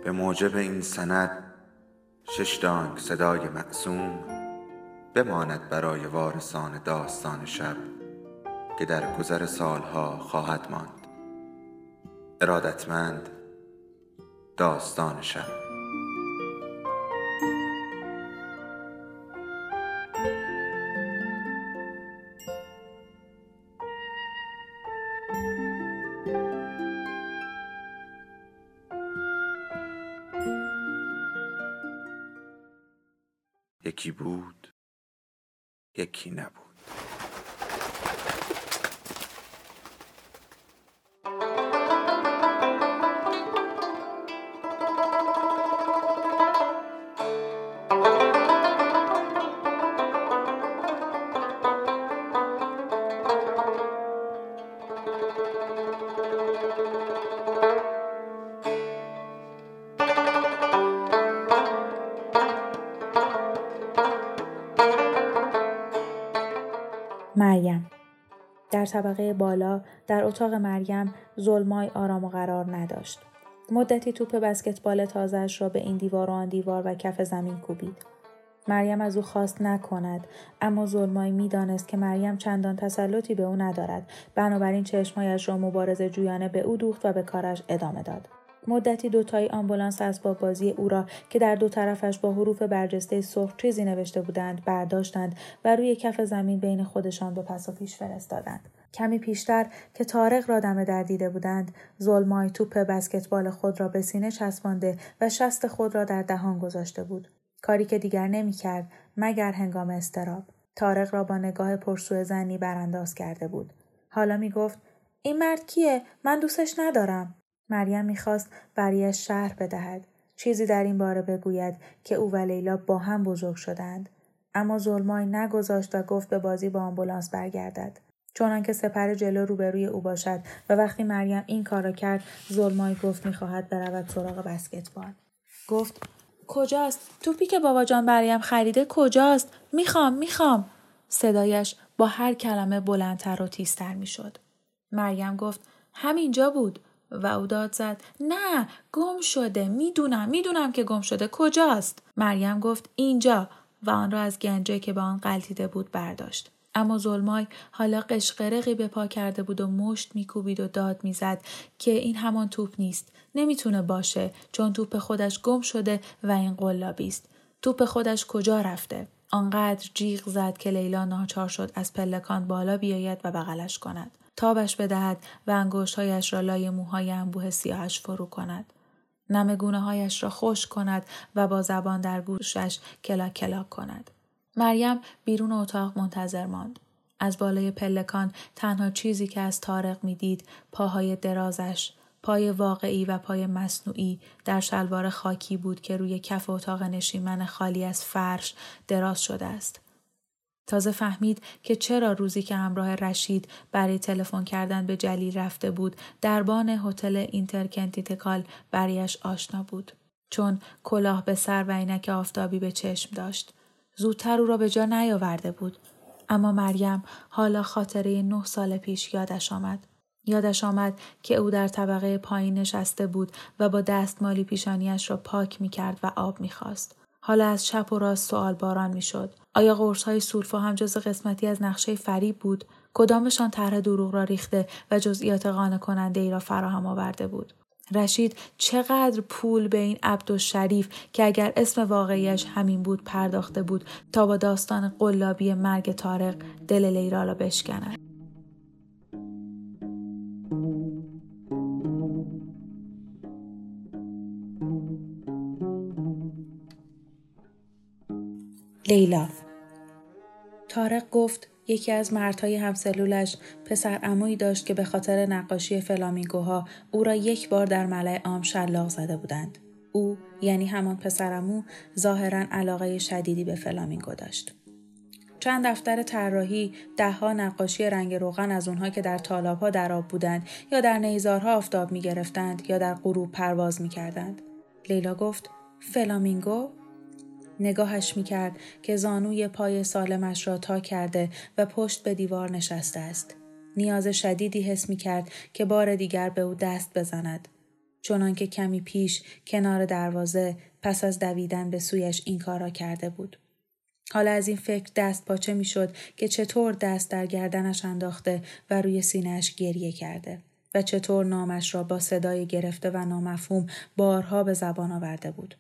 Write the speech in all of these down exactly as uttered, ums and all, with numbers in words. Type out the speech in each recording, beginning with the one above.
به موجب این سند شش دانگ صدای معصوم بماند برای وارثان داستان شب که در گذر سالها خواهد ماند. ارادتمند، داستان شب. یکی بود، یکی نبود. مریم. در طبقه بالا در اتاق مریم ظلمای آرام و قرار نداشت. مدتی توپ بسکتبال تازه‌اش را به این دیوار و آن دیوار و کف زمین کوبید. مریم از او خواست نکند، اما ظلمای می‌دانست که مریم چندان تسلطی به او ندارد، بنابراین چشمایش را مبارزه جویانه به او دوخت و به کارش ادامه داد. مدتی دوتایی آمبولانس اسباب بازی او را که در دو طرفش با حروف برجسته سرخ چیزی نوشته بودند برداشتند و روی کف زمین بین خودشان به پس و پیش فرستادند. کمی پیشتر که طارق را دم در دیده بودند، ظلمای توپ بسکتبال خود را به سینه چسبانده و شست خود را در دهان گذاشته بود. کاری که دیگر نمی کرد مگر هنگام اضطراب. طارق را با نگاه پرسوء ظنی برانداز کرده بود. حالا می گفت این مرد کیه؟ من دوستش ندارم. مریم می‌خواست برایش شرح بدهد. چیزی در این باره بگوید که او و لیلا با هم بزرگ شدند. اما ظلمای نگذاشت و گفت به بازی با آمبولانس برگردد. چنان که سپر جلو روبروی او باشد و وقتی مریم این کار را کرد، ظلمای گفت می‌خواهد برود سراغ بسکتبال. گفت کجاست؟ توپی که بابا جان برایم خریده کجاست؟ میخوام میخوام. صدایش با هر کلمه بلندتر و تیزتر میشد. مریم گفت همینجا بود. و او داد زد نه گم شده، میدونم میدونم که گم شده، کجاست؟ مریم گفت اینجا و آن را از گنجه که به آن غلطیده بود برداشت. اما ظلمای حالا قشقرقی به پا کرده بود و مشت میکوبید و داد میزد که این همان توپ نیست، نمیتونه باشه چون توپ خودش گم شده و این قلابی است. توپ خودش کجا رفته؟ آنقدر جیغ زد که لیلا ناچار شد از پلکان بالا بیاید و بغلش کند، تابش بدهد و انگشت‌هایش را لای موهای انبوه سیاهش فرو کند. نم گونه‌هایش را خشک کند و با زبان در گوشش کلاک کلاک کند. مریم بیرون اتاق منتظر ماند. از بالای پلکان تنها چیزی که از طارق می‌دید پاهای درازش، پای واقعی و پای مصنوعی در شلوار خاکی بود که روی کف اتاق نشیمن خالی از فرش دراز شده است. تازه فهمید که چرا روزی که همراه رشید برای تلفن کردن به جلیل رفته بود دربان هتل اینترکنتیننتال برایش آشنا بود، چون کلاه به سر و عینک آفتابی به چشم داشت. زودتر او را به جا نیاورده بود. اما مریم حالا خاطره نه سال پیش یادش آمد. یادش آمد که او در طبقه پایین نشسته بود و با دستمالی پیشانیش را پاک می کرد و آب می خواست. حالا از چپ و راست سوال باران می شد. آیا قرص‌های سورفا هم جز قسمتی از نقشه فریب بود؟ کدامشان طرح دروغ را ریخته و جزئیات قانع کننده ای را فراهم آورده بود؟ رشید چقدر پول به این عبدالشریف که اگر اسم واقعیش همین بود پرداخته بود تا با داستان قلابی مرگ طارق دل لیلا را بشکند؟ لیلا. طارق گفت یکی از مردهای همسلولش پسر عمویی داشت که به خاطر نقاشی فلامینگوها او را یک بار در ملأ عام شلاق زده بودند. او یعنی همان پسر عمو ظاهراً علاقه شدیدی به فلامینگو داشت. چند دفتر طراحی، ده‌ها نقاشی رنگ روغن از اونها که در تالاب‌ها در آب بودند یا در نیزارها آفتاب می‌گرفتند یا در غروب پرواز می‌کردند. لیلا گفت فلامینگو؟ نگاهش می‌کرد که زانوی پای سالمش را تا کرده و پشت به دیوار نشسته است. نیاز شدیدی حس می‌کرد که بار دیگر به او دست بزند. چنانکه کمی پیش کنار دروازه پس از دویدن به سویش این کار را کرده بود. حالا از این فکر دست پاچه می شد که چطور دست در گردنش انداخته و روی سینه‌اش گریه کرده و چطور نامش را با صدای گرفته و نامفهوم بارها به زبان آورده بود.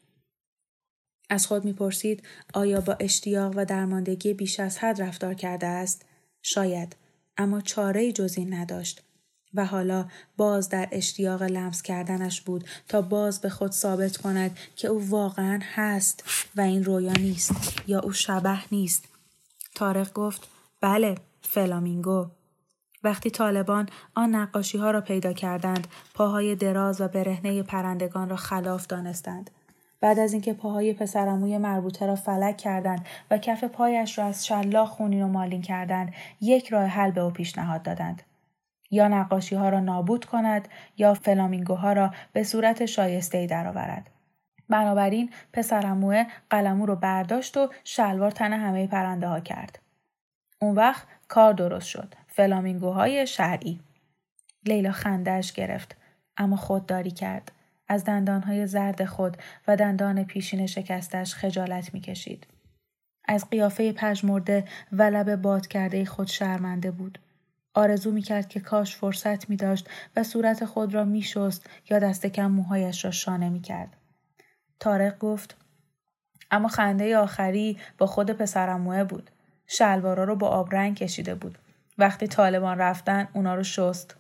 از خود می پرسید آیا با اشتیاق و درماندگی بیش از حد رفتار کرده است؟ شاید، اما چاره‌ای جز این نداشت. و حالا باز در اشتیاق لمس کردنش بود تا باز به خود ثابت کند که او واقعا هست و این رویا نیست یا او شبح نیست. طارق گفت بله، فلامینگو. وقتی طالبان آن نقاشی ها را پیدا کردند، پاهای دراز و برهنه پرندگان را خلاف دانستند. بعد از اینکه پاهای پسرعموی مربوطه را فلک کردند و کف پایش را از شلاق خونین و مالین کردند، یک راه حل به او پیشنهاد دادند. یا نقاشی ها را نابود کند یا فلامینگوها را به صورت شایسته‌ای درآورد. بنابراین پسرعموه قلمو رو برداشت و شلوار تن همه پرنده ها کرد. اون وقت کار درست شد. فلامینگوهای شرعی. لیلا خنده‌اش گرفت، اما خودداری کرد. از دندانهای زرد خود و دندان پیشین شکستش خجالت می‌کشید. از قیافه پژمرده و لب باد کرده خود شرمنده بود. آرزو می‌کرد که کاش فرصت می‌داشت و صورت خود را می‌شست یا دست کم موهایش را شانه می‌کرد. طارق گفت اما خنده آخری با خود پسرعموه بود. شلوارا رو با آبرنگ کشیده بود. وقتی طالبان رفتن اونا رو شست.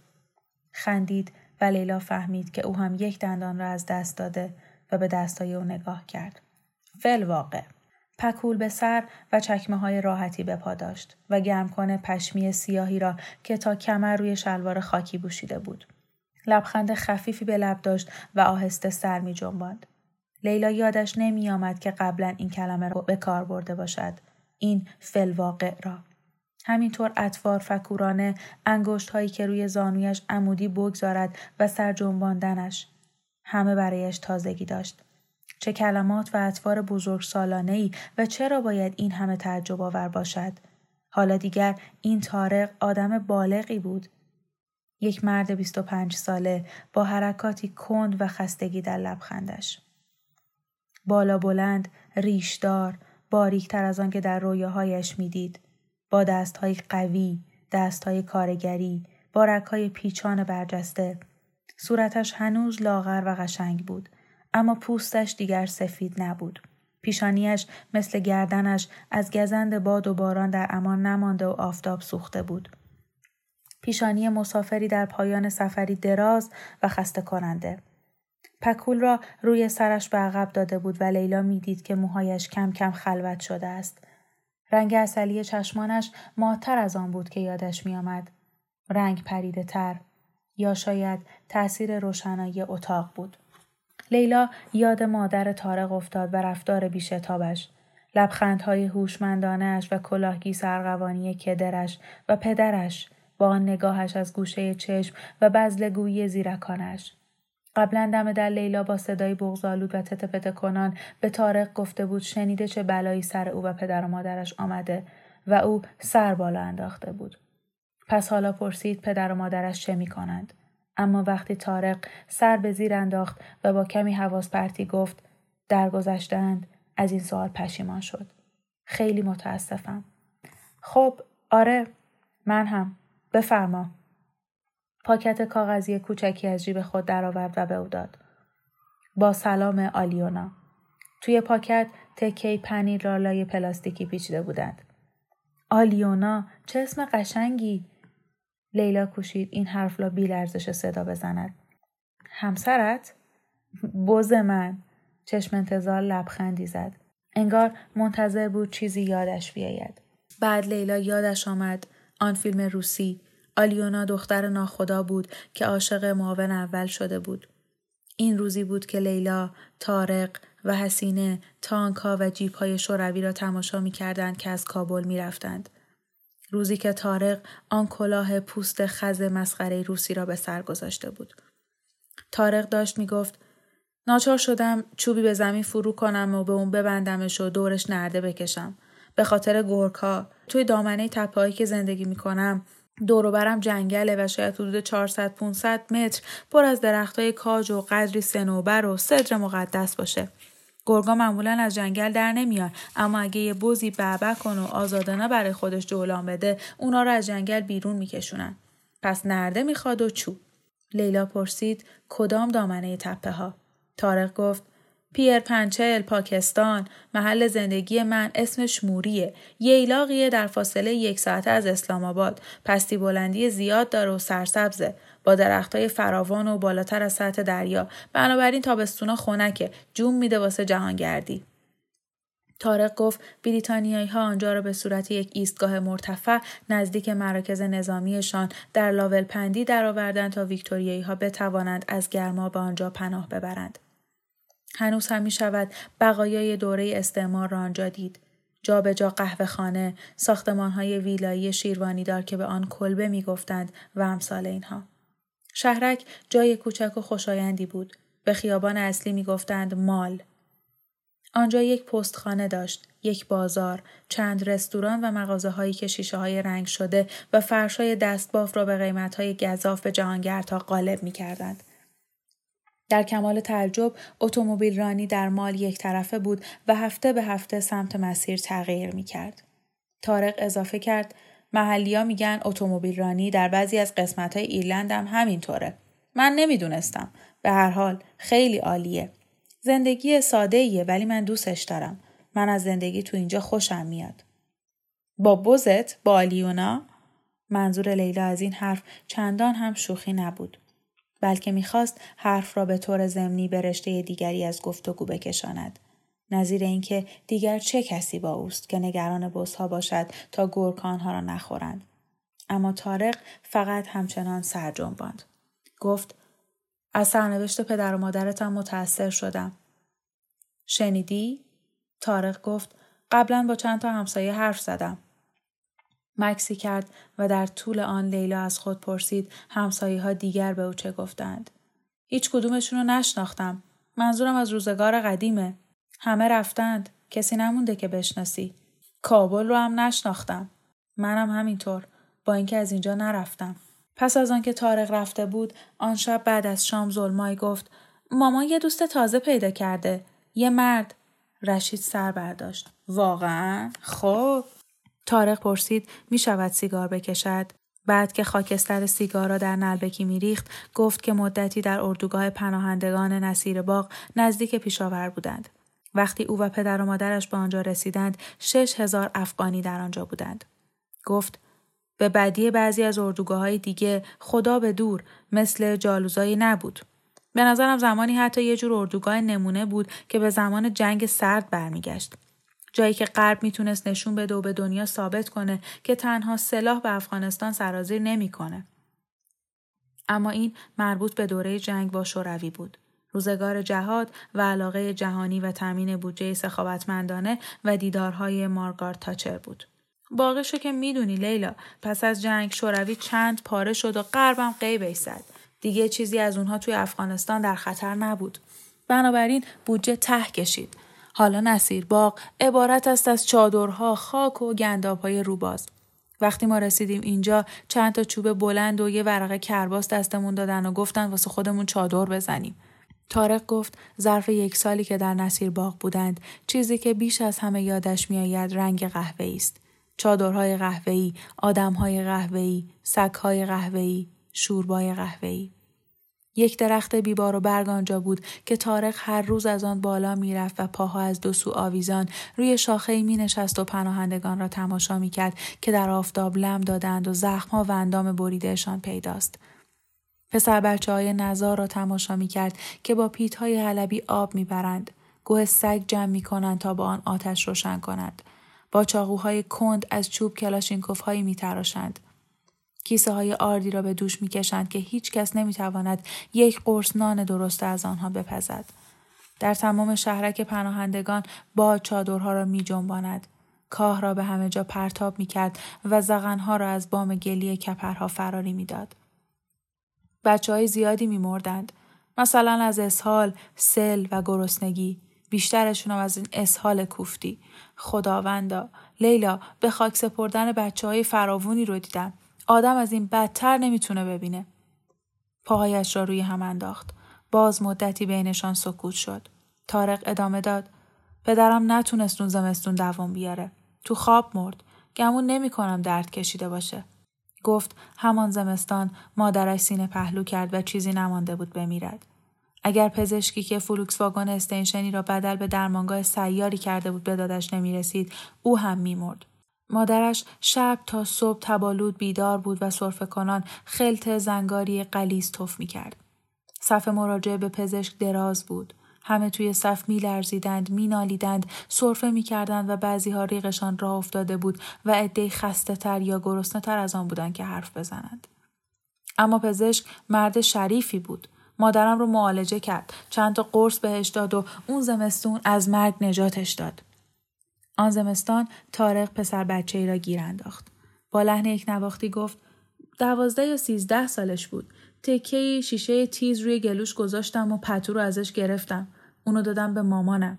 خندید و لیلا فهمید که او هم یک دندان را از دست داده و به دستای او نگاه کرد. فل واقع. پکول به سر و چکمه های راحتی به پا داشت و گرمکنه پشمی سیاهی را که تا کمر روی شلوار خاکی پوشیده بود. لبخند خفیفی به لب داشت و آهسته سر می جنباند. لیلا یادش نمی آمد که قبلا این کلمه را به کار برده باشد. این فل واقع را. همینطور اطوار فکورانه انگشت هایی که روی زانویش عمودی بگذارد و سر جنباندنش. همه برایش تازگی داشت. چه کلمات و اطوار بزرگ سالانه‌ای و چرا باید این همه تعجب آور باشد؟ حالا دیگر این طارق آدم بالغی بود. یک مرد بیست و پنج ساله با حرکاتی کند و خستگی در لبخندش. بالا بلند، ریشدار، باریکتر از آن که در رویاهایش میدید. با دستهای قوی، دستهای کارگری، با رگ‌های پیچان برجسته. صورتش هنوز لاغر و قشنگ بود. اما پوستش دیگر سفید نبود. پیشانیش مثل گردنش از گزند باد و باران در امان نمانده و آفتاب سوخته بود. پیشانی مسافری در پایان سفری دراز و خسته کننده. پکول را روی سرش به عقب داده بود و لیلا میدید که موهایش کم کم خلوت شده است. رنگ عسلی چشمانش ماتر از آن بود که یادش می آمد. رنگ پریده تر. یا شاید تأثیر روشنایی اتاق بود. لیلا یاد مادر طارق افتاد و رفتار بی‌شتابش، لبخندهای هوشمندانه‌اش و کلاهگی سرقوانی کدرش و پدرش با آن نگاهش از گوشه چشم و بزلگویی زیرکانش. قبلا دم در لیلا با صدای بغض‌آلود و تته پته کنان به طارق گفته بود شنیده چه بلایی سر او و پدر و مادرش آمده و او سر بالا انداخته بود. پس حالا پرسید پدر و مادرش چه می کنند؟ اما وقتی طارق سر به زیر انداخت و با کمی حواس پرتی گفت درگذشتند، از این سوال پشیمان شد. خیلی متاسفم. خب آره، من هم. بفرما. پاکت کاغذی کوچکی از جیب خود درآورد و به او داد. با سلام آلیونا. توی پاکت تکه‌ای پنیر را لای پلاستیکی پیچیده بودند. آلیونا، چه اسم قشنگی! لیلا کوشید این حرف را بی لرزش صدا بزند. همسرت؟ بز من. چشم انتظار لبخندی زد. انگار منتظر بود چیزی یادش بیاید. بعد لیلا یادش آمد آن فیلم روسی. آلیونا دختر ناخدا بود که عاشق معاون اول شده بود. این روزی بود که لیلا، طارق و حسینه تانک‌ها و جیپ‌های شوروی را تماشا می‌کردند که از کابل می‌رفتند. روزی که طارق آن کلاه پوست خز مسخره روسی را به سر گذاشته بود. طارق داشت می‌گفت ناچار شدم چوبی به زمین فرو کنم و به اون ببندمش و دورش نرده بکشم. به خاطر گورکا توی دامنه تپه‌هایی که زندگی می‌کنم دور و برم جنگله و شاید حدود چهارصد پانصد متر پر از درختای کاج و قدری صنوبر و سدر مقدس باشه. گرگا معمولا از جنگل در نمیان، اما اگه یه بزی بعبع کنه و آزادانه برای خودش جولان بده، اونا رو از جنگل بیرون میکشونن. پس نرده میخواد و چوب. لیلا پرسید کدام دامنه تپه ها؟ طارق گفت پیر پنچل، پاکستان. محل زندگی من اسمش موریه. ییلاقیه در فاصله یک ساعته از اسلام آباد. پستی بلندی زیاد داره و سرسبزه. با درختای فراوان و بالاتر از سطح دریا. بنابراین تابستونا خنکه. جون میده واسه جهانگردی. طارق گفت بریتانیایی ها آنجا را به صورت یک ایستگاه مرتفع نزدیک مراکز نظامیشان در لاولپندی درآوردند تا ویکتوریایی ها بتوانند از گرما به آنجا پناه ببرند. هنوز هم می شود بقایای دوره استعمار را آنجا دید. جا به جا قهوه خانه، ساختمان های ویلایی شیروانیدار که به آن کلبه می گفتند و امثال اینها. شهرک جای کوچک و خوشایندی بود. به خیابان اصلی می گفتند مال. آنجا یک پستخانه داشت، یک بازار، چند رستوران و مغازه هایی که شیشه های رنگ شده و فرش های دستباف را به قیمت های گزاف به جهانگردها غالب می کردند. در کمال تعجب اتومبیل رانی در مال یک طرفه بود و هفته به هفته سمت مسیر تغییر می کرد. طارق اضافه کرد محلی‌ها میگن اتومبیل رانی در بعضی از قسمت‌های ایرلند هم همینطوره. من نمیدونستم. به هر حال خیلی عالیه. زندگی ساده‌ایه ولی من دوستش دارم. من از زندگی تو اینجا خوشم میاد. با بزت با آلیونا؟ منظور لیلا از این حرف چندان هم شوخی نبود. بلکه میخواست حرف را به طور ضمنی به رشته دیگری از گفتگو بکشاند. نظیر اینکه دیگر چه کسی با اوست که نگران بزها باشد تا گرکانها را نخورند. اما طارق فقط همچنان سر جنباند. گفت از سرنوشت پدر و مادرتم متأثر شدم. شنیدی؟ طارق گفت قبلا با چند تا همسایه حرف زدم. مکسی کرد و در طول آن لیلا از خود پرسید همسایه ها دیگر به او چه گفتند. هیچ کدومشون رو نشناختم. منظورم از روزگار قدیمه. همه رفتند. کسی نمونده که بشناسی. کابل رو هم نشناختم. منم همینطور. با اینکه از اینجا نرفتم. پس از آن که طارق رفته بود، آن شب بعد از شام زلمای گفت مامان یه دوست تازه پیدا کرده. یه مرد. رشید سر برداشت. واقعا؟ خب. طارق پرسید می شود سیگار بکشد؟ بعد که خاکستر سیگار را در نلبکی می ریخت، گفت که مدتی در اردوگاه پناهندگان نصیر باغ نزدیک پیشاور بودند. وقتی او و پدر و مادرش به آنجا رسیدند، شش هزار افغانی در آنجا بودند. گفت به بدی بعضی از اردوگاه‌های دیگه خدا به دور مثل جالوزایی نبود. به نظرم زمانی حتی یه جور اردوگاه نمونه بود که به زمان جنگ سرد برمیگشت. جایی که غرب میتونست نشون بده و به دنیا ثابت کنه که تنها سلاح به افغانستان سرازیر نمیکنه. اما این مربوط به دوره جنگ با شوروی بود. روزگار جهاد و علاقه جهانی و تامین بودجه سخاوتمندانه و دیدارهای مارگارت تاچر بود. باقیشو که میدونی لیلا، پس از جنگ شوروی چند پاره شد و غربم غیب ایستاد. دیگه چیزی از اونها توی افغانستان در خطر نبود. بنابراین بودجه ته کشید. حالا نصیر باغ عبارت است از چادرها، خاک و گنداب‌های روباز. وقتی ما رسیدیم اینجا چند تا چوب بلند و یه ورقه کرباس دستمون دادن و گفتن واسه خودمون چادر بزنیم. طارق گفت ظرف یک سالی که در نصیر باغ بودند، چیزی که بیش از همه یادش میآید رنگ قهوه‌ای است. چادرهای قهوه‌ای، آدم‌های قهوه‌ای، سگ‌های قهوه‌ای، شوربای قهوه‌ای. یک درخت بیبار و برگ آنجا بود که طارق هر روز از آن بالا میرفت و پاها از دو سو آویزان روی شاخه‌ای مینشست و پناهندگان را تماشا میکرد که در آفتاب لم دادند و زخم‌ها و اندام بریدهشان پیداست. پسر بچه‌های نزار را تماشا میکرد که با پیت‌های حلبی آب میبرند، گوه سگ جمع میکنند تا با آن آتش روشن کنند. با چاقوهای کند از چوب کلاشینکوف‌هایی میتراشند. کیسه های آردی را به دوش میکشند که هیچ کس نمیتواند یک قرص نان درسته از آنها بپزد. در تمام شهرک پناهندگان باد چادرها را می جنباند. کاه را به همه جا پرتاب میکرد و زغنها را از بام گلی کپرها فراری میداد. بچه های زیادی میمردند. مثلا از اسهال، سل و گرسنگی. بیشترشون هم از این اسهال کوفتی. خداوندا، لیلا، به خاک سپردن بچه های فراوونی رو دیدم. آدم از این بدتر نمیتونه ببینه. پاهایش را روی هم انداخت. باز مدتی بینشان سکوت شد. طارق ادامه داد. پدرم نتونست اون زمستون دوام بیاره. تو خواب مرد. گمون نمی کنم درد کشیده باشه. گفت همان زمستان مادرش سینه پهلو کرد و چیزی نمانده بود بمیرد. اگر پزشکی که فولکس واگن استنشنی را بدل به درمانگاه سیاری کرده بود به دادش نمی رسید، او هم می مرد. مادرش شب تا صبح تبالود بیدار بود و سرفه کنان خلط زنگاری غلیظ تف می کرد. صف مراجعه به پزشک دراز بود. همه توی صف می لرزیدند، می نالیدند، سرفه می کردند و بعضی ها ریغشان راه افتاده بود و عده‌ای خسته تر یا گرسنه تر از آن بودند که حرف بزنند. اما پزشک مرد شریفی بود. مادرم رو معالجه کرد. چند تا قرص بهش داد و اون زمستون از مرگ نجاتش داد. آن زمستان طارق پسر بچه ای را گیر انداخت. با لحن یک نواختی گفت دوازده یا سیزده سالش بود. تکه‌ای شیشه تیز روی گلوش گذاشتم و پتو رو ازش گرفتم. اونو دادم به مامانم.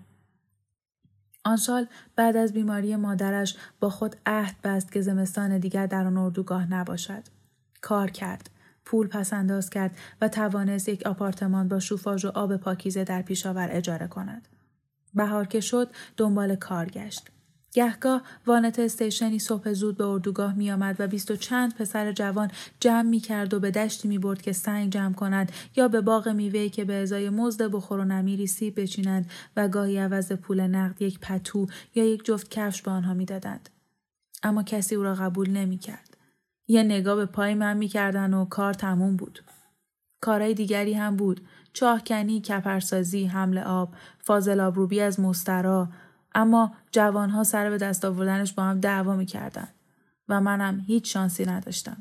آن سال بعد از بیماری مادرش با خود عهد بست که زمستان دیگر در آن اردوگاه نباشد. کار کرد. پول پس انداز کرد و توانست یک آپارتمان با شوفاژ و آب پاکیزه در پیشاور اجاره کند. بهار که شد دنبال کار گشت. گهگاه وانت استیشنی صبح زود به اردوگاه می آمد و بیست و چند پسر جوان جمع می کرد و به دشتی می برد که سنگ جمع کنند یا به باغ میوه‌ای که به ازای مزد بخور و نمیری سیب بچینند و گاهی عوض پول نقد یک پتو یا یک جفت کفش به آنها می دادند. اما کسی او را قبول نمی کرد. یه نگاه به پای من می کردن و کار تموم بود. کارهای دیگری هم بود. چاهکنی، کپرسازی، حمل آب، فاضل آبروبی از مسترا. اما جوانها سر به دست آوردنش با هم دعوا می کردن و منم هیچ شانسی نداشتم.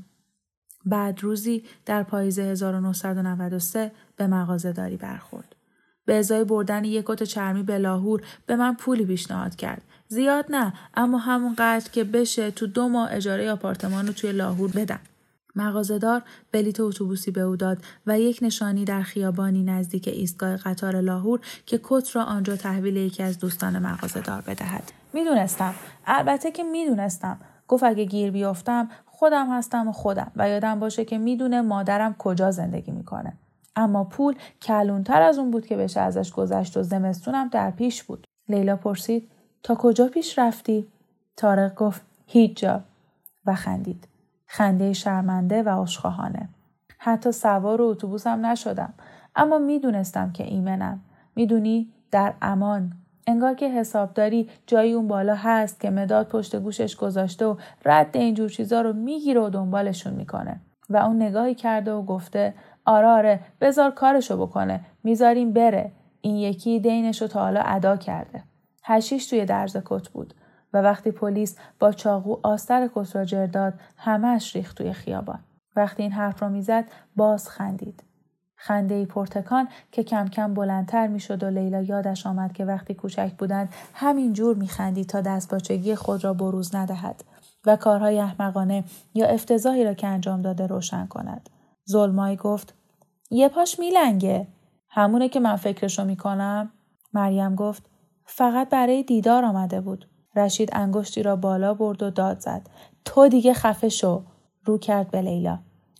بعد روزی در پاییز هزار و نهصد و نود و سه به مغازه‌داری برخورد. به ازای بردن یک کت چرمی به لاهور به من پولی پیشنهاد کرد. زیاد نه، اما همون قدر که بشه تو دو ماه اجاره آپارتمان رو توی لاهور بدم. مغازه‌دار بلیط اتوبوسی به او داد و یک نشانی در خیابانی نزدیک ایستگاه قطار لاهور که کت را آنجا تحویل یکی از دوستان مغازه‌دار بدهد. میدونستم، البته که میدونستم. گفت اگه گیر بیافتم خودم هستم و خودم و یادم باشه که میدونه مادرم کجا زندگی میکنه. اما پول کلونتر از اون بود که بشه ازش گذشت و زمستونم در پیش بود. لیلا پرسید تا کجا پیش رفتی؟ طارق گفت هیچ جا و خندید. خنده شرمنده و عذرخواهانه. حتی سوار اتوبوسم نشدم، اما میدونستم که ایمنم. میدونی در امان. انگار که حسابداری جایی اون بالا هست که مداد پشت گوشش گذاشته و رد اینجور چیزا رو میگیره و دنبالشون میکنه. و اون نگاهی کرده و گفته آره آره بذار کارشو بکنه، میذاریم بره. این یکی دینشو تا حالا ادا کرده. حشیش توی درز کت بود و وقتی پلیس با چاقو آستر کت را جر داد همه‌اش ریخت توی خیابان. وقتی این حرف را میزد باز خندید. خنده‌ای پرتکان که کم کم بلندتر میشد و لیلا یادش آمد که وقتی کوچک بودند همین جور میخندید تا دستپاچگی خود را بروز ندهد و کارهای احمقانه یا افتضاحی را که انجام داده روشن کند. زلمای گفت یه پاش میلنگه. همونه که من فکرشو میکنم؟ مریم گفت فقط برای دیدار آمده بود. رشید انگشتی را بالا برد و داد زد. تو دیگه خفه شو. رو کرد به لیلا.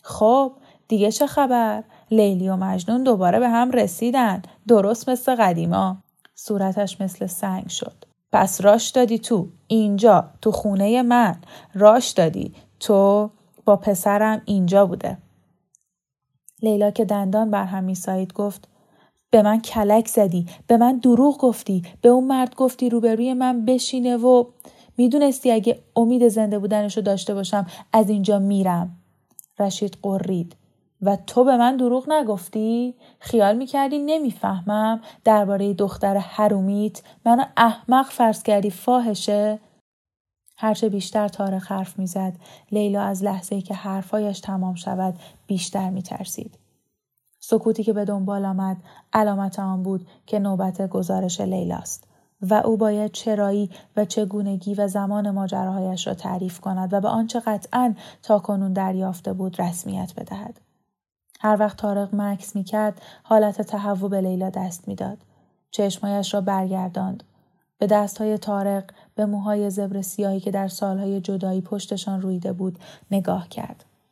خب دیگه چه خبر؟ لیلی و مجنون دوباره به هم رسیدن. درست مثل قدیما. صورتش مثل سنگ شد. پس راش دادی تو. اینجا. تو خونه من. راش دادی. تو با پسرم اینجا بوده. لیلا که دندان بر هم می‌سایید گفت به من کلک زدی. به من دروغ گفتی. به اون مرد گفتی روبروی من بشینه و میدونستی اگه امید زنده بودنشو داشته باشم از اینجا میرم. رشید قرید. و تو به من دروغ نگفتی؟ خیال میکردی نمیفهمم درباره دختر حرومیت؟ منو احمق فرض کردی فاحشه؟ هرچه بیشتر طارق حرف میزد لیلا از لحظه‌ای که حرفایش تمام شود بیشتر میترسید. سکوتی که به دنبال آمد علامت آن بود که نوبت گزارش لیلاست و او باید چرایی و چگونگی و زمان ماجراهایش را تعریف کند و به آنچه قطعاً تا کنون دریافته بود رسمیت بدهد. هر وقت طارق مکث می‌کرد حالت تهوع به لیلا دست می‌داد. چشمایش را برگرداند. به دستهای طارق، به موهای زبر سیاهی که در سالهای جدایی پشتشان رویده بود نگاه کرد.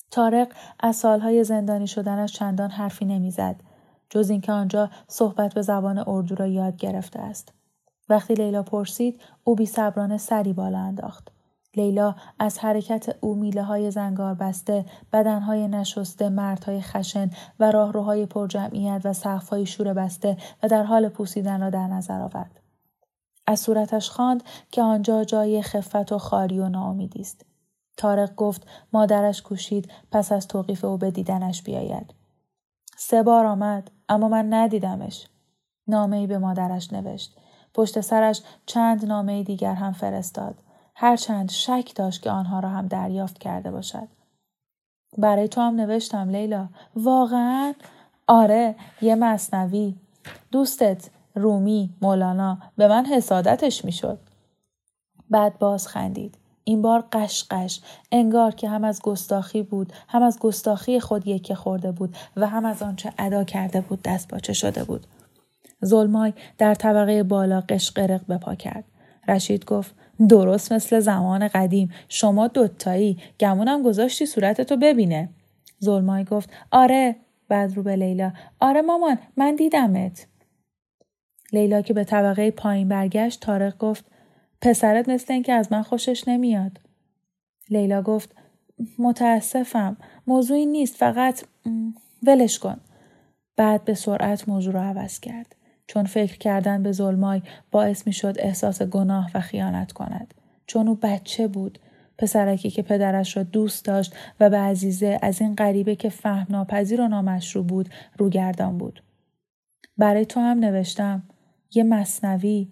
طارق از سالهای زندانی شدنش چندان حرفی نمیزد، جز اینکه آنجا صحبت به زبان اردو را یاد گرفته است. وقتی لیلا پرسید، او بی‌صبرانه سری بالا انداخت. لیلا از حرکت او میله های زنگار بسته، بدنهای نشسته، مردهای خشن و راهروهای پرجمعیت و سقفهای شوره بسته و در حال پوسیدن را در نظر آورد. از صورتش خواند که آنجا جای خفت و خاری و ناامیدی است. طارق گفت مادرش کوشید پس از توقیف او به دیدنش بیاید. سه بار آمد اما من ندیدمش. نامه‌ای به مادرش نوشت. پشت سرش چند نامه دیگر هم فرستاد. هرچند شک داشت که آنها را هم دریافت کرده باشد. برای تو هم نوشتم لیلا. واقعاً؟ آره، یه مثنوی. دوستت رومی مولانا به من حسادتش میشد. بعد باز خندید. این بار قشقش، انگار که هم از گستاخی بود، هم از گستاخی خود یکی خورده بود و هم از آنچه ادا کرده بود دست باچه شده بود. زلمای در طبقه بالا قشقرق به پا کرد. رشید گفت درست مثل زمان قدیم، شما دوتایی، گمونم گذاشتی صورتتو ببینه. زلمای گفت آره. بعد رو به لیلا، آره مامان من دیدمت. لیلا که به طبقه پایین برگشت، طارق گفت پسرت مثل این که از من خوشش نمیاد. لیلا گفت متاسفم، موضوعی نیست، فقط ولش کن. بعد به سرعت موضوع را عوض کرد، چون فکر کردن به زلمای باعث می شد احساس گناه و خیانت کند. چون او بچه بود، پسرکی که پدرش را دوست داشت و به عزیزه از این غریبه که فهم ناپذیر و نامشروع بود روگردان بود. برای تو هم نوشتم. یه مثنوی.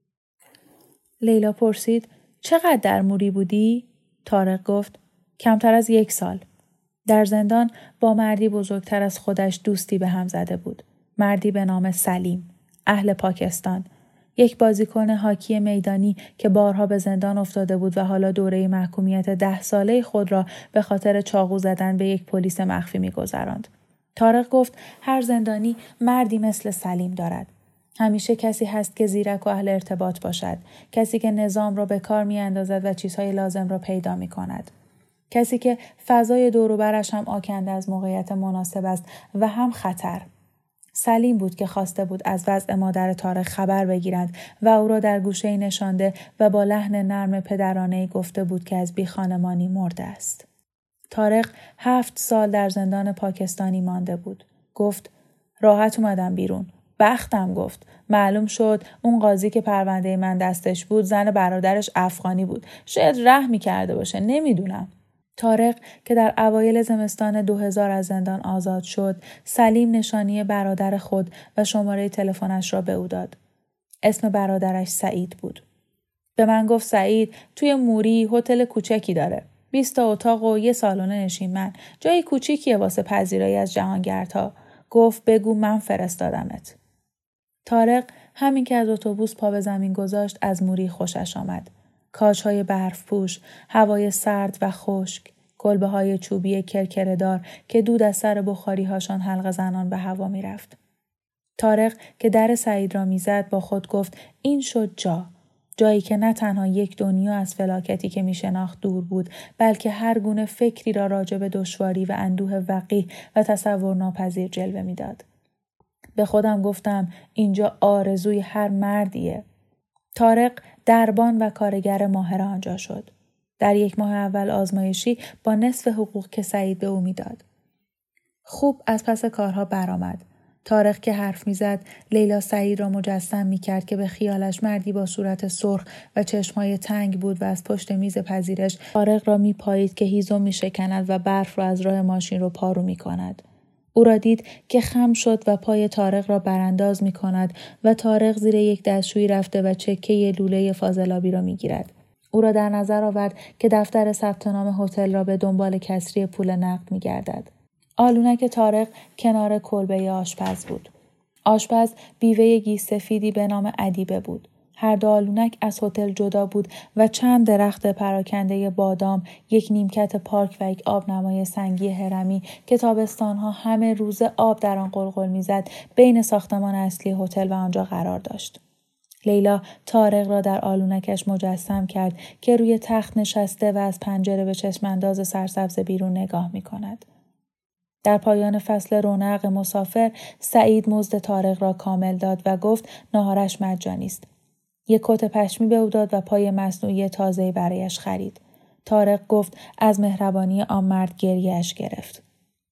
لیلا پرسید چقدر در موری بودی؟ طارق گفت کمتر از یک سال. در زندان با مردی بزرگتر از خودش دوستی به هم زده بود. مردی به نام سلیم، اهل پاکستان. یک بازیکن هاکی میدانی که بارها به زندان افتاده بود و حالا دوره محکومیت ده ساله خود را به خاطر چاقو زدن به یک پلیس مخفی می‌گذراند. طارق گفت هر زندانی مردی مثل سلیم دارد. همیشه کسی هست که زیرک و اهل ارتباط باشد. کسی که نظام را به کار می اندازد و چیزهای لازم را پیدا می کند. کسی که فضای دور و برش هم آکنده از موقعیت مناسب است و هم خطر. سلیم بود که خواسته بود از وضع مادر طارق خبر بگیرند و او را در گوشه‌ای نشانده و با لحن نرم پدرانه‌ای گفته بود که از بیخانمانی مرده است. طارق هفت سال در زندان پاکستانی مانده بود. گفت راحت اومدم بیرون. بختم گفت. معلوم شد اون قاضی که پرونده من دستش بود زن برادرش افغانی بود. شاید رحمی کرده باشه. نمیدونم. طارق که در اوایل زمستان دو هزار از زندان آزاد شد، سلیم نشانی برادر خود و شماره تلفنش را به او داد. اسم برادرش سعید بود. به من گفت سعید توی موری هتل کوچکی داره. بیست تا اتاق و یه سالن نشیمن. جای کوچیکیه واسه پذیرایی از جهانگردها. گفت بگو من فرستادمت. طارق همین که از اتوبوس پا به زمین گذاشت از موری خوشش آمد. کاج‌های برف پوش، هوای سرد و خشک، کلبه‌های چوبی کرکره‌دار که دود از سر بخاری‌هاشان حلقه زنان به هوا می‌رفت. طارق که در سعید را می‌زد با خود گفت این شد جا. جایی که نه تنها یک دنیا از فلاکتی که می‌شناخت دور بود، بلکه هر گونه فکری را راجع به دشواری و اندوه وقیح و تصور ناپذیر جلوه می‌داد. به خودم گفتم اینجا آرزوی هر مردیه. طارق دربان و کارگر ماهر آنجا شد. در یک ماه اول آزمایشی با نصف حقوق که سعید به او میداد. خوب از پس کارها برآمد. طارق که حرف میزد، لیلا سعید را مجسم میکرد که به خیالش مردی با صورت سرخ و چشمهای تنگ بود و از پشت میز پذیرش طارق را میپایید که هیزم میشکند و برف را از راه ماشین رو پارو میکند. او را دید که خم شد و پای طارق را برانداز می کند و طارق زیر یک دستشویی رفته و چکه لوله فاضلابی را می گیرد. او را در نظر آورد که دفتر ثبت نام هتل را به دنبال کسری پول نقد می گردد. آلونک طارق کنار کلبه آشپز بود. آشپز بیوه گیسفیدی به نام ادیبه بود. هر دو آلونک از هتل جدا بود و چند درخت پراکنده بادام، یک نیمکت پارک و یک آبنمای سنگی هرمی که تابستانها همه روز آب در آن قلقل می‌زد، بین ساختمان اصلی هتل و آنجا قرار داشت. لیلا طارق را در آلونکش مجسم کرد که روی تخت نشسته و از پنجره به چشمانداز سرسبز بیرون نگاه می کند. در پایان فصل رونق مسافر سعید مزد طارق را کامل داد و گفت ناهارش مجانی است. یک کت پشمی به او داد و پای مصنوعی تازه‌ای برایش خرید. طارق گفت از مهربانی آن مرد گریه‌اش گرفت.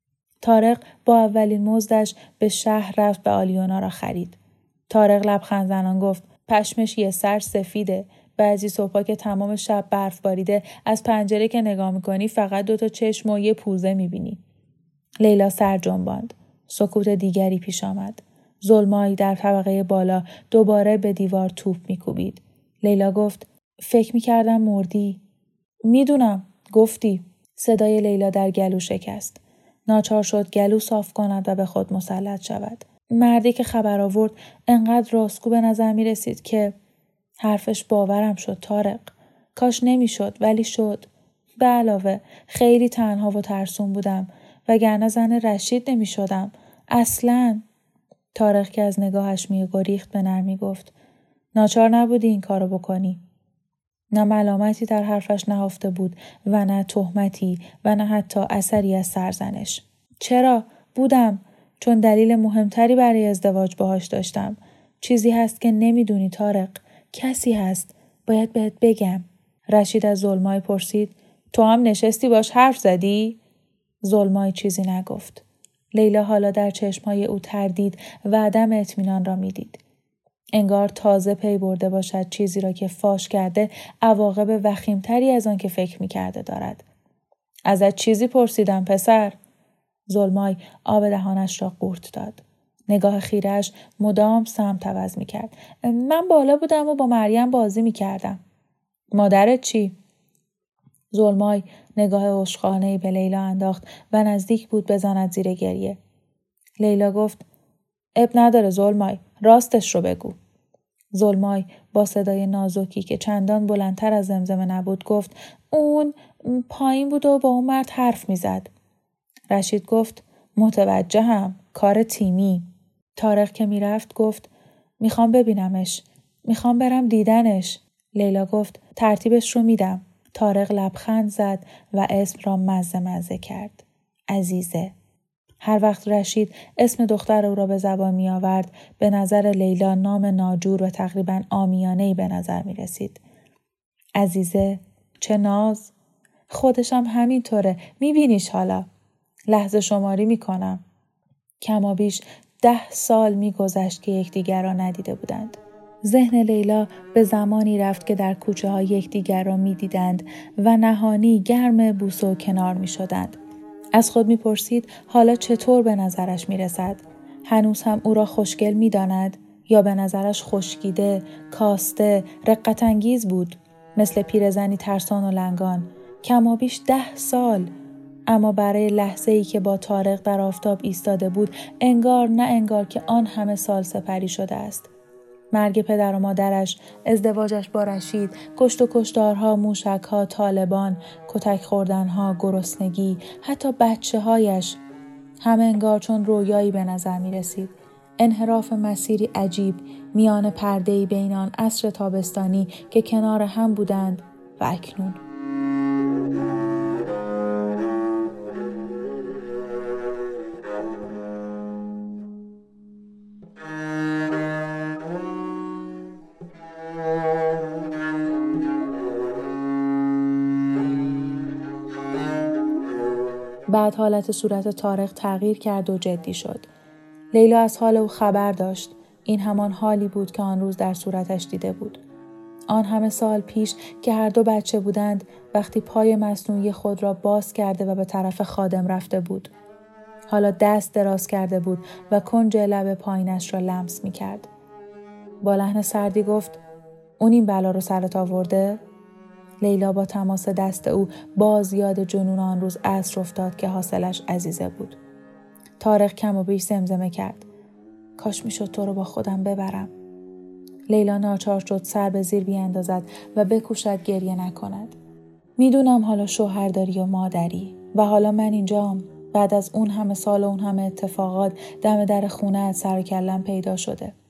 طارق با اولین مزدش به شهر رفت و آلیونا را خرید. طارق لبخند زنان گفت پشمش یه سر سفیده. بعضی صبحا که تمام شب برف باریده از پنجره که نگاه میکنی فقط دوتا چشم و یه پوزه میبینی. لیلا سر جنباند. سکوت دیگری پیش آمد. ظلمایی در طبقه بالا دوباره به دیوار توپ میکوبید. لیلا گفت فکر میکردم مردی. میدونم گفتی. صدای لیلا در گلو شکست. ناچار شد گلو صاف کند و به خود مسلط شود. مردی که خبر آورد انقدر راستگو به نظر می رسید که حرفش باورم شد طارق. کاش نمی شد ولی شد. به علاوه خیلی تنها و ترسون بودم وگرنه زن رشید نمی شدم. اصلاً. طارق که از نگاهش می گریخت به نرمی گفت ناچار نبودی این کارو بکنی. نه ملامتی در حرفش نهفته بود و نه تهمتی و نه حتی اثری از سرزنش. چرا؟ بودم. چون دلیل مهمتری برای ازدواج باهاش داشتم. چیزی هست که نمیدونی طارق. کسی هست. باید بهت بگم. رشید از ظلمای پرسید تو هم نشستی باش حرف زدی؟ ظلمای چیزی نگفت. لیلا حالا در چشمهای او تردید و عدم اطمینان را میدید. انگار تازه پی برده باشد چیزی را که فاش کرده عواقب وخیمتری از آن که فکر میکرده دارد. ازت چیزی پرسیدم پسر. ظلمای آب دهانش را قورت داد. نگاه خیره‌اش مدام سمت عوض میکرد. من بالا بودم و با مریم بازی میکردم. مادرت چی؟ ظلمای نگاه عشقانه‌ای به لیلا انداخت و نزدیک بود بزند زیر گریه. لیلا گفت اب نداره ظلمای، راستش رو بگو. ظلمای با صدای نازکی که چندان بلندتر از زمزمه نبود گفت اون پایین بود و با اون مرد حرف میزد. رشید گفت متوجهم، کار تیمی. طارق که میرفت گفت میخوام ببینمش، میخوام برم دیدنش. لیلا گفت ترتیبش رو میدم. طارق لبخند زد و اسم را مزه مزه کرد. عزیزه. هر وقت رشید اسم دختر او را به زبان می آورد به نظر لیلا نام ناجور و تقریباً عامیانه‌ای به نظر می رسید. عزیزه، چه ناز. خودشم همینطوره، می بینیش حالا. لحظه شماری می کنم. کمابیش ده سال می گذشت که یکدیگر را ندیده بودند. ذهن لیلا به زمانی رفت که در کوچه ها یکدیگر را می دیدند و نهانی گرم بوسه و کنار می شدند. از خود می پرسید حالا چطور به نظرش می رسد؟ هنوز هم او را خوشگل می داند؟ یا به نظرش خشکیده، کاسته، رقت انگیز بود؟ مثل پیرزنی ترسان و لنگان. کمابیش ده سال. اما برای لحظه ای که با طارق در آفتاب ایستاده بود انگار نه انگار که آن همه سال سپری شده است. مرگ پدر و مادرش، ازدواجش با رشید، کشت و کشتارها، موشکها، طالبان، کتک خوردنها، گرسنگی، حتی بچه هایش. همه انگار چون رویایی به نظر می رسید. انحراف مسیری عجیب میان پرده‌ای بین آن عصر تابستانی که کنار هم بودند و اکنون. بعد حالت صورت طارق تغییر کرد و جدی شد. لیلا از حال او خبر داشت. این همان حالی بود که آن روز در صورتش دیده بود. آن همه سال پیش که هر دو بچه بودند وقتی پای مصنوعی خود را باز کرده و به طرف خادم رفته بود. حالا دست دراز کرده بود و کنج لب پایینش را لمس می کرد. با لحن سردی گفت اون این بلا رو سرت آورده؟ لیلا با تماس دست او باز یاد جنون آن روز عصر افتاد که حاصلش عزیزه بود. طارق کم و بیش زمزمه کرد. کاش میشد تو رو با خودم ببرم. لیلا ناچار شد سر به زیر بیاندازد و بکوشد گریه نکند. میدونم حالا شوهر داری و مادری و حالا من اینجام. بعد از اون همه سال و اون همه اتفاقات دم در خونه از سر و کلم پیدا شده.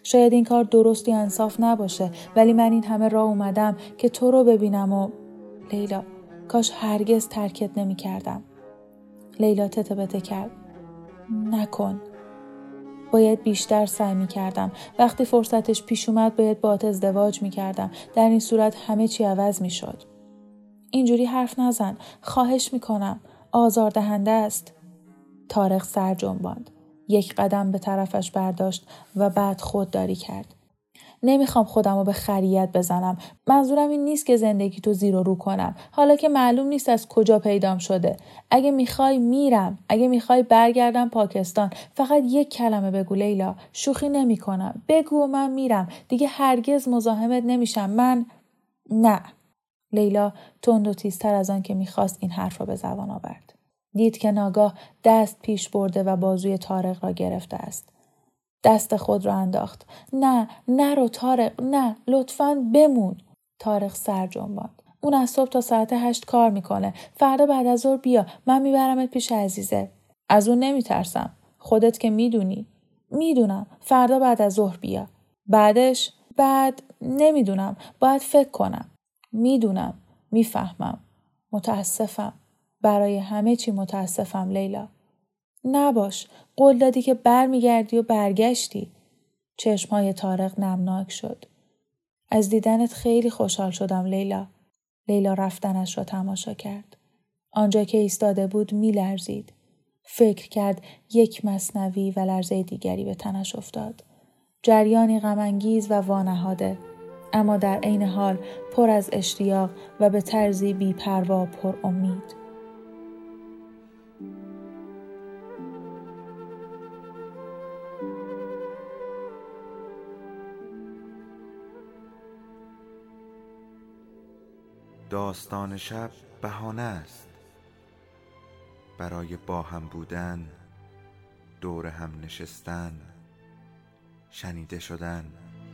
شاید این کار درست یا انصاف نباشه، ولی من این همه راه اومدم که تو رو ببینم و لیلا، کاش هرگز ترکت نمی کردم. لیلا تته بته کرد. نکن. باید بیشتر سعی می کردم. وقتی فرصتش پیش اومد باید باهات ازدواج می کردم. در این صورت همه چی عوض می شد. اینجوری حرف نزن. خواهش می کنم. آزاردهنده است. طارق سر جنباند. یک قدم به طرفش برداشت و بعد خودداری کرد. نمیخوام خودم رو به خریت بزنم. منظورم این نیست که زندگی تو زیر و رو کنم. حالا که معلوم نیست از کجا پیدام شده. اگه میخوای میرم. اگه میخوای برگردم پاکستان. فقط یک کلمه بگو لیلا. شوخی نمی کنم. بگو و من میرم. دیگه هرگز مزاحمت نمیشم. من نه. لیلا تند و تیزتر از آن که میخواست این حرف را به زبان آورد. دید که ناگاه دست پیش برده و بازوی طارق را گرفته است. دست خود را انداخت. نه، نرو طارق، نه، لطفاً بمون. طارق سر جنباند. اون از صبح تا ساعت هشت کار میکنه. فردا بعد از ظهر بیا، من میبرمت پیش عزیزه. از اون نمیترسم. خودت که میدونی. میدونم. فردا بعد از ظهر بیا. بعدش؟ بعد نمیدونم. باید فکر کنم. میدونم. میفهمم. متاسفم. برای همه چی متاسفم لیلا. نباش. قول دادی که برمیگردی و برگشتی. چشمهای طارق نمناک شد. از دیدنت خیلی خوشحال شدم لیلا. لیلا رفتنش را تماشا کرد. آنجا که ایستاده بود می لرزید. فکر کرد یک مثنوی و لرزه دیگری به تنش افتاد. جریانی غم‌انگیز و وانهاده، اما در عین حال پر از اشتیاق و به طرزی بی‌پروا پر امید. داستان شب بهانه است برای با هم بودن، دور هم نشستن، شنیده شدن.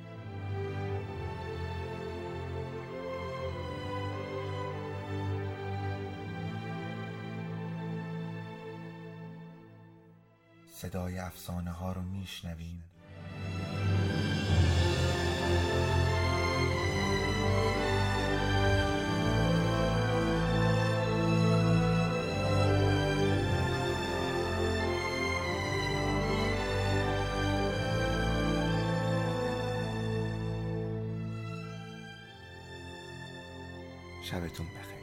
صدای افسانه ها رو میشنویم. شبتون بخیر.